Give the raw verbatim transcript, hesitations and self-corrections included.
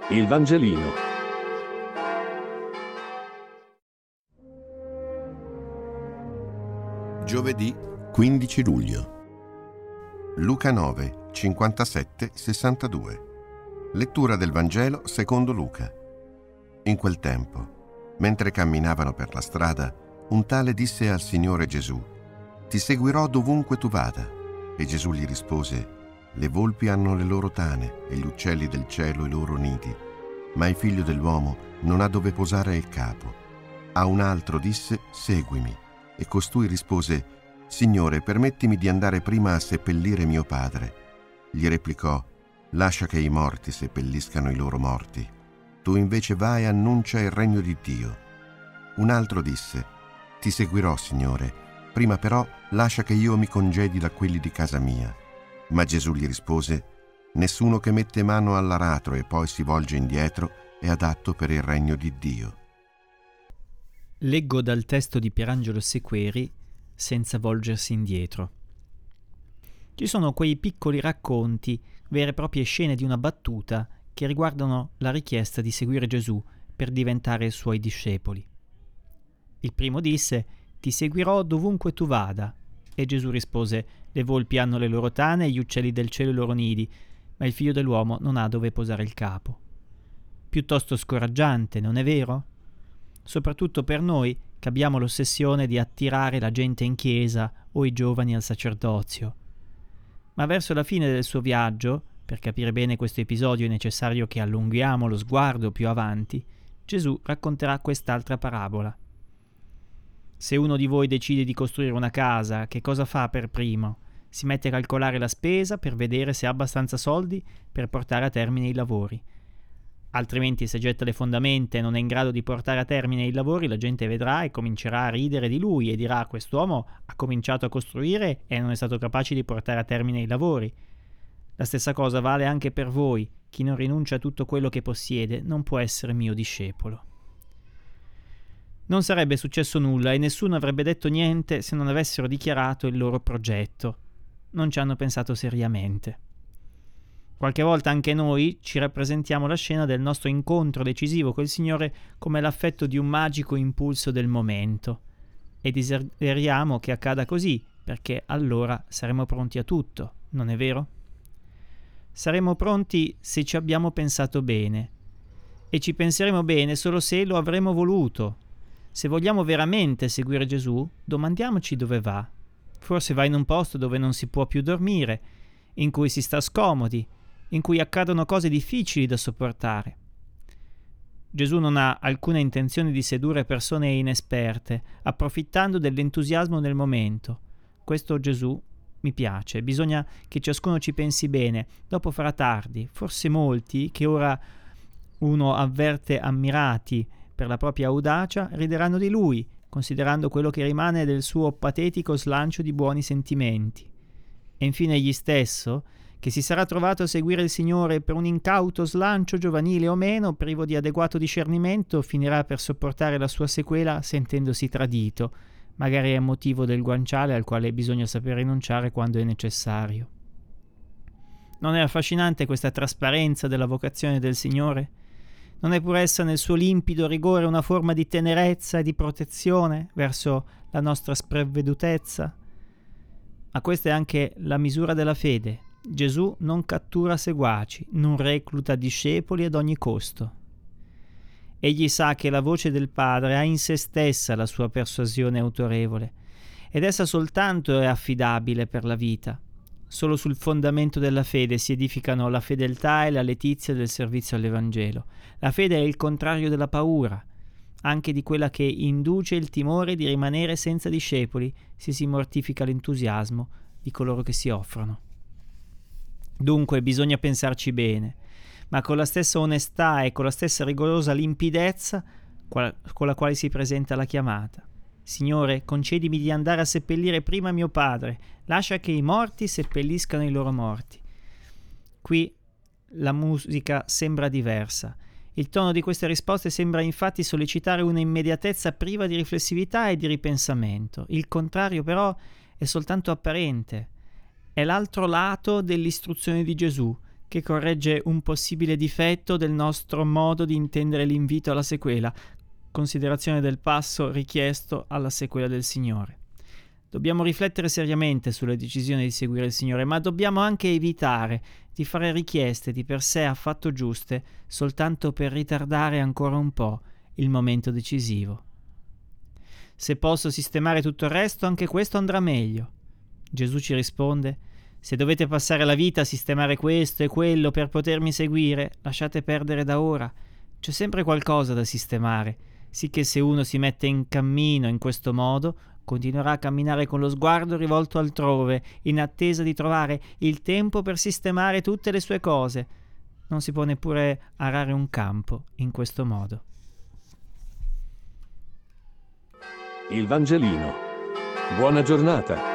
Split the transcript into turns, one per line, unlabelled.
Il Vangelino.
Giovedì quindici luglio. Luca nove, cinquantasette sessantadue. Lettura del Vangelo secondo Luca. In quel tempo, mentre camminavano per la strada, un tale disse al Signore Gesù: «Ti seguirò dovunque tu vada». E Gesù gli rispose: «Le volpi hanno le loro tane e gli uccelli del cielo i loro nidi, ma il figlio dell'uomo non ha dove posare il capo». A un altro disse: «Seguimi». E costui rispose: «Signore, permettimi di andare prima a seppellire mio padre». Gli replicò: «Lascia che i morti seppelliscano i loro morti. Tu invece vai e annuncia il regno di Dio». Un altro disse: «Ti seguirò, Signore, prima però lascia che io mi congedi da quelli di casa mia». Ma Gesù gli rispose: «Nessuno che mette mano all'aratro e poi si volge indietro è adatto per il regno di Dio».
Leggo dal testo di Pierangelo Sequeri, Senza volgersi indietro. Ci sono quei piccoli racconti, vere e proprie scene di una battuta, che riguardano la richiesta di seguire Gesù per diventare suoi discepoli. Il primo disse: «Ti seguirò dovunque tu vada». E Gesù rispose: «Le volpi hanno le loro tane e gli uccelli del cielo i loro nidi, ma il figlio dell'uomo non ha dove posare il capo». Piuttosto scoraggiante, non è vero? Soprattutto per noi che abbiamo l'ossessione di attirare la gente in chiesa o i giovani al sacerdozio. Ma verso la fine del suo viaggio, per capire bene questo episodio è necessario che allunghiamo lo sguardo più avanti, Gesù racconterà quest'altra parabola. Se uno di voi decide di costruire una casa, che cosa fa per primo? Si mette a calcolare la spesa per vedere se ha abbastanza soldi per portare a termine i lavori. Altrimenti, se getta le fondamenta e non è in grado di portare a termine i lavori, la gente vedrà e comincerà a ridere di lui e dirà: «Quest'uomo ha cominciato a costruire e non è stato capace di portare a termine i lavori». La stessa cosa vale anche per voi. Chi non rinuncia a tutto quello che possiede non può essere mio discepolo. Non sarebbe successo nulla e nessuno avrebbe detto niente se non avessero dichiarato il loro progetto. Non ci hanno pensato seriamente. Qualche volta anche noi ci rappresentiamo la scena del nostro incontro decisivo col Signore come l'affetto di un magico impulso del momento e desideriamo che accada così, perché allora saremo pronti a tutto, non è vero? Saremo pronti se ci abbiamo pensato bene e ci penseremo bene solo se lo avremo voluto. Se vogliamo veramente seguire Gesù, domandiamoci dove va. Forse va in un posto dove non si può più dormire, in cui si sta scomodi, in cui accadono cose difficili da sopportare. Gesù non ha alcuna intenzione di sedurre persone inesperte, approfittando dell'entusiasmo del momento. Questo Gesù mi piace. Bisogna che ciascuno ci pensi bene. Dopo farà tardi. Forse molti, che ora uno avverte ammirati per la propria audacia, rideranno di lui, considerando quello che rimane del suo patetico slancio di buoni sentimenti. E infine egli stesso, che si sarà trovato a seguire il Signore per un incauto slancio giovanile o meno, privo di adeguato discernimento, finirà per sopportare la sua sequela sentendosi tradito, magari a motivo del guanciale al quale bisogna saper rinunciare quando è necessario. Non è affascinante questa trasparenza della vocazione del Signore? Non è pur essa nel suo limpido rigore una forma di tenerezza e di protezione verso la nostra sprovvedutezza? Ma questa è anche la misura della fede. Gesù non cattura seguaci, non recluta discepoli ad ogni costo. Egli sa che la voce del Padre ha in se stessa la sua persuasione autorevole, ed essa soltanto è affidabile per la vita. Solo sul fondamento della fede si edificano la fedeltà e la letizia del servizio all'Evangelo. La fede è il contrario della paura, anche di quella che induce il timore di rimanere senza discepoli se si mortifica l'entusiasmo di coloro che si offrono. Dunque bisogna pensarci bene, ma con la stessa onestà e con la stessa rigorosa limpidezza qual- con la quale si presenta la chiamata. Signore, concedimi di andare a seppellire prima mio padre, lascia che i morti seppelliscano i loro morti. Qui la musica sembra diversa. Il tono di queste risposte sembra infatti sollecitare una immediatezza priva di riflessività e di ripensamento. Il contrario però è soltanto apparente. È l'altro lato dell'istruzione di Gesù, che che corregge un possibile difetto del nostro modo di intendere l'invito alla sequela, considerazione del passo richiesto alla sequela del Signore. Dobbiamo riflettere seriamente sulle decisioni di seguire il Signore, ma dobbiamo anche evitare di fare richieste di per sé affatto giuste soltanto per ritardare ancora un po' il momento decisivo. Se posso sistemare tutto il resto, anche questo andrà meglio. Gesù ci risponde: se dovete passare la vita a sistemare questo e quello per potermi seguire, lasciate perdere da ora. C'è sempre qualcosa da sistemare, sicché se uno si mette in cammino in questo modo, continuerà a camminare con lo sguardo rivolto altrove, in attesa di trovare il tempo per sistemare tutte le sue cose. Non si può neppure arare un campo in questo modo.
Il Vangelino. Buona giornata.